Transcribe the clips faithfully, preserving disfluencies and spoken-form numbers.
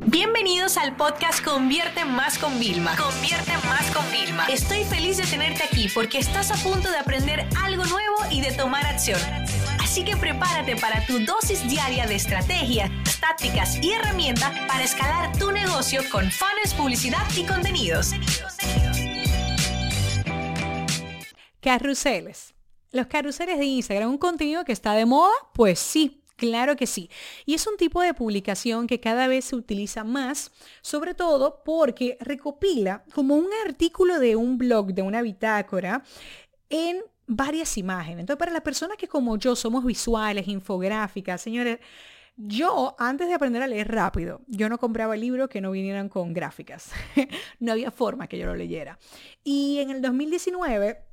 Bienvenidos al podcast Convierte Más con Vilma. Convierte Más con Vilma. Estoy feliz de tenerte aquí porque estás a punto de aprender algo nuevo y de tomar acción. Así que prepárate para tu dosis diaria de estrategias, tácticas y herramientas para escalar tu negocio con funnels, publicidad y contenidos. Carruseles. Los carruseles de Instagram, ¿un contenido que está de moda? Pues sí. Claro que sí. Y es un tipo de publicación que cada vez se utiliza más, sobre todo porque recopila como un artículo de un blog, de una bitácora, en varias imágenes. Entonces, para las personas que como yo somos visuales, infográficas, señores, yo antes de aprender a leer rápido, yo no compraba libros que no vinieran con gráficas. No había forma que yo lo leyera. Y en el dos mil diecinueve...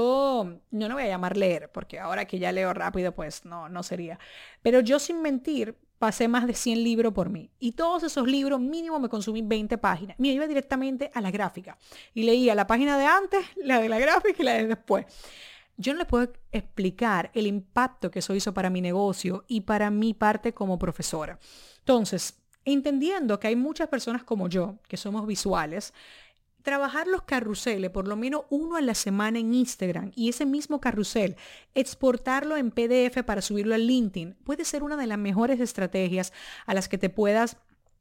yo no lo voy a llamar leer, porque ahora que ya leo rápido, pues no, no sería. Pero yo sin mentir, pasé más de cien libros por mí. Y todos esos libros, mínimo me consumí veinte páginas. Mira, iba directamente a la gráfica. Y leía la página de antes, la de la gráfica y la de después. Yo no les puedo explicar el impacto que eso hizo para mi negocio y para mi parte como profesora. Entonces, entendiendo que hay muchas personas como yo, que somos visuales, trabajar los carruseles, por lo menos uno a la semana en Instagram, y ese mismo carrusel, exportarlo en P D F para subirlo a LinkedIn, puede ser una de las mejores estrategias a las que te puedas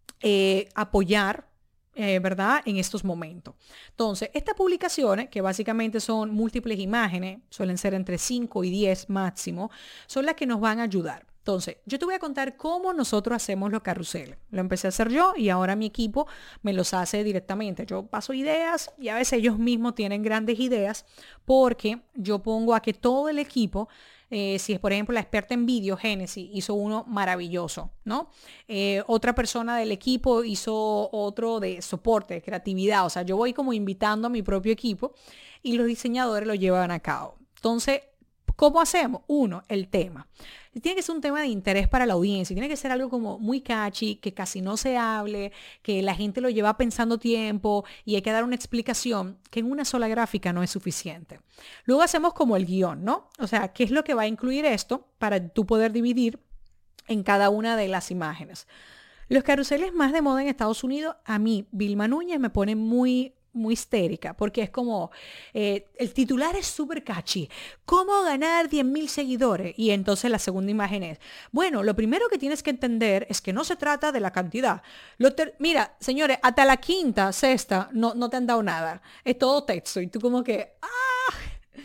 eh, apoyar, eh, ¿verdad? En estos momentos. Entonces, estas publicaciones, que básicamente son múltiples imágenes, suelen ser entre cinco y diez máximo, son las que nos van a ayudar. Entonces, yo te voy a contar cómo nosotros hacemos los carruseles. Lo empecé a hacer yo y ahora mi equipo me los hace directamente. Yo paso ideas y a veces ellos mismos tienen grandes ideas porque yo pongo a que todo el equipo, eh, si es por ejemplo la experta en vídeo, Génesis, hizo uno maravilloso, ¿no? Eh, otra persona del equipo hizo otro de soporte, de creatividad. O sea, yo voy como invitando a mi propio equipo y los diseñadores lo llevan a cabo. Entonces, ¿cómo hacemos? Uno, el tema. Tiene que ser un tema de interés para la audiencia. Tiene que ser algo como muy catchy, que casi no se hable, que la gente lo lleva pensando tiempo y hay que dar una explicación que en una sola gráfica no es suficiente. Luego hacemos como el guión, ¿no? O sea, ¿qué es lo que va a incluir esto para tú poder dividir en cada una de las imágenes? Los carruseles más de moda en Estados Unidos, a mí, Vilma Núñez, me pone muy... muy histérica, porque es como, eh, el titular es súper catchy, ¿cómo ganar diez mil seguidores? Y entonces la segunda imagen es, bueno, lo primero que tienes que entender es que no se trata de la cantidad. Lo ter- Mira, señores, hasta la quinta, sexta, no, no te han dado nada. Es todo texto y tú como que, ¡ah!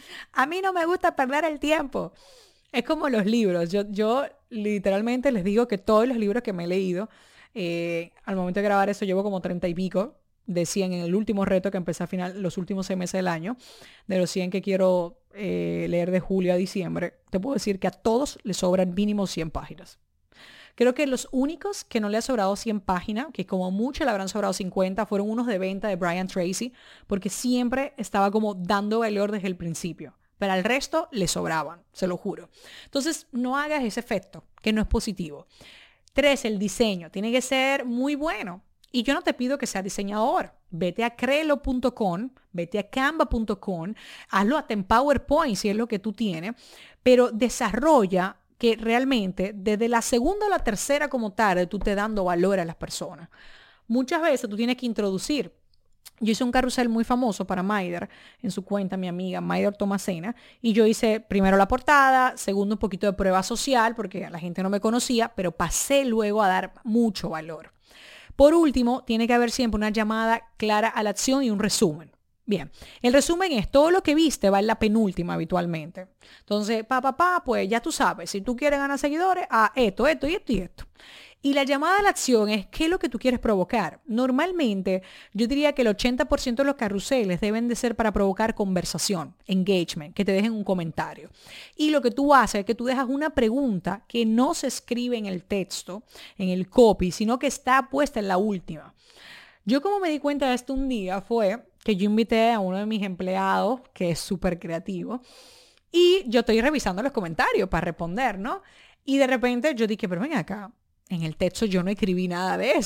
A mí no me gusta perder el tiempo. Es como los libros. Yo, yo literalmente les digo que todos los libros que me he leído, eh, al momento de grabar eso llevo como treinta y pico, de cien en el último reto que empecé a final, los últimos seis meses del año, de los cien que quiero eh, leer de julio a diciembre, te puedo decir que a todos les sobran mínimo cien páginas. Creo que los únicos que no le ha sobrado cien páginas, que como mucho le habrán sobrado cincuenta, fueron unos de venta de Brian Tracy, porque siempre estaba como dando valor desde el principio. Pero al resto le sobraban, se lo juro. Entonces, no hagas ese efecto, que no es positivo. Tres, el diseño. Tiene que ser muy bueno. Y yo no te pido que seas diseñador. Vete a crelo punto com, vete a canva punto com, hazlo hasta en PowerPoint si es lo que tú tienes, pero desarrolla que realmente desde la segunda o la tercera como tarde tú te dando valor a las personas. Muchas veces tú tienes que introducir. Yo hice un carrusel muy famoso para Maider, en su cuenta, mi amiga Maider Tomasena, y yo hice primero la portada, segundo un poquito de prueba social, porque la gente no me conocía, pero pasé luego a dar mucho valor. Por último, tiene que haber siempre una llamada clara a la acción y un resumen. Bien, el resumen es todo lo que viste va en la penúltima habitualmente. Entonces, pa, pa, pa, pues ya tú sabes, si tú quieres ganar seguidores, a esto, esto y esto y esto. Y la llamada a la acción es qué es lo que tú quieres provocar. Normalmente, yo diría que el ochenta por ciento de los carruseles deben de ser para provocar conversación, engagement, que te dejen un comentario. Y lo que tú haces es que tú dejas una pregunta que no se escribe en el texto, en el copy, sino que está puesta en la última. Yo como me di cuenta de esto un día fue que yo invité a uno de mis empleados, que es súper creativo, y yo estoy revisando los comentarios para responder, ¿no? Y de repente yo dije, pero ven acá. En el texto yo no escribí nada de eso.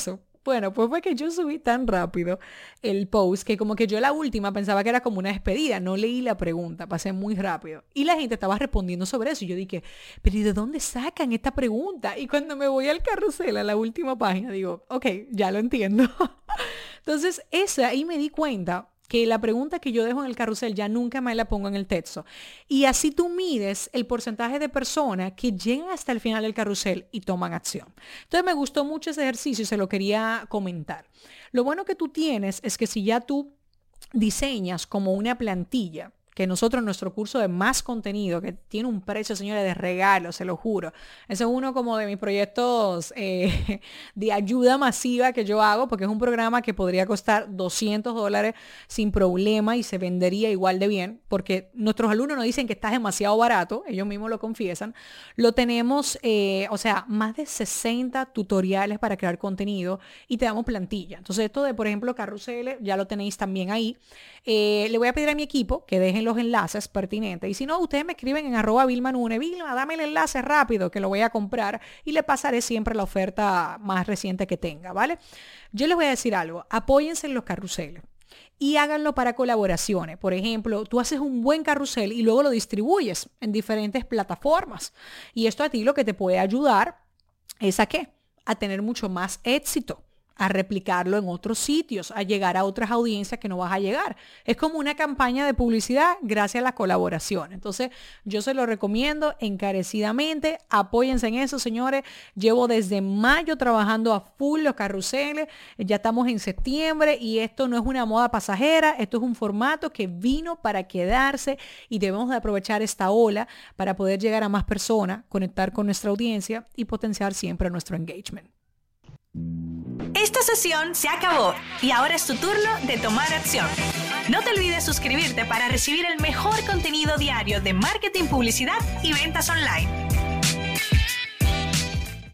Bueno, pues fue que yo subí tan rápido el post que como que yo la última pensaba que era como una despedida. No leí la pregunta, pasé muy rápido. Y la gente estaba respondiendo sobre eso. Y yo dije, pero ¿y de dónde sacan esta pregunta? Y cuando me voy al carrusel, a la última página, digo, ok, ya lo entiendo. Entonces, esa, ahí me di cuenta que la pregunta que yo dejo en el carrusel ya nunca más la pongo en el texto. Y así tú mides el porcentaje de personas que llegan hasta el final del carrusel y toman acción. Entonces me gustó mucho ese ejercicio y se lo quería comentar. Lo bueno que tú tienes es que si ya tú diseñas como una plantilla, que nosotros en nuestro curso de más contenido, que tiene un precio, señores, de regalo, se lo juro. Ese es uno como de mis proyectos eh, de ayuda masiva que yo hago, porque es un programa que podría costar doscientos dólares sin problema y se vendería igual de bien, porque nuestros alumnos nos dicen que está demasiado barato, ellos mismos lo confiesan. Lo tenemos, eh, o sea, más de sesenta tutoriales para crear contenido y te damos plantilla. Entonces esto de, por ejemplo, carruseles, ya lo tenéis también ahí. Eh, le voy a pedir a mi equipo que dejen los enlaces pertinentes. Y si no, ustedes me escriben en arroba Vilma Nune. Vilma, dame el enlace rápido que lo voy a comprar y le pasaré siempre la oferta más reciente que tenga, ¿vale? Yo les voy a decir algo. Apóyense en los carruseles y háganlo para colaboraciones. Por ejemplo, tú haces un buen carrusel y luego lo distribuyes en diferentes plataformas. Y esto a ti lo que te puede ayudar es a qué? A tener mucho más éxito, a replicarlo en otros sitios, a llegar a otras audiencias que no vas a llegar. Es como una campaña de publicidad gracias a la colaboración. Entonces, yo se lo recomiendo encarecidamente. Apóyense en eso, señores. Llevo desde mayo trabajando a full los carruseles. Ya estamos en septiembre y esto no es una moda pasajera. Esto es un formato que vino para quedarse y debemos de aprovechar esta ola para poder llegar a más personas, conectar con nuestra audiencia y potenciar siempre nuestro engagement. Esta sesión se acabó y ahora es tu turno de tomar acción. No te olvides suscribirte para recibir el mejor contenido diario de marketing, publicidad y ventas online.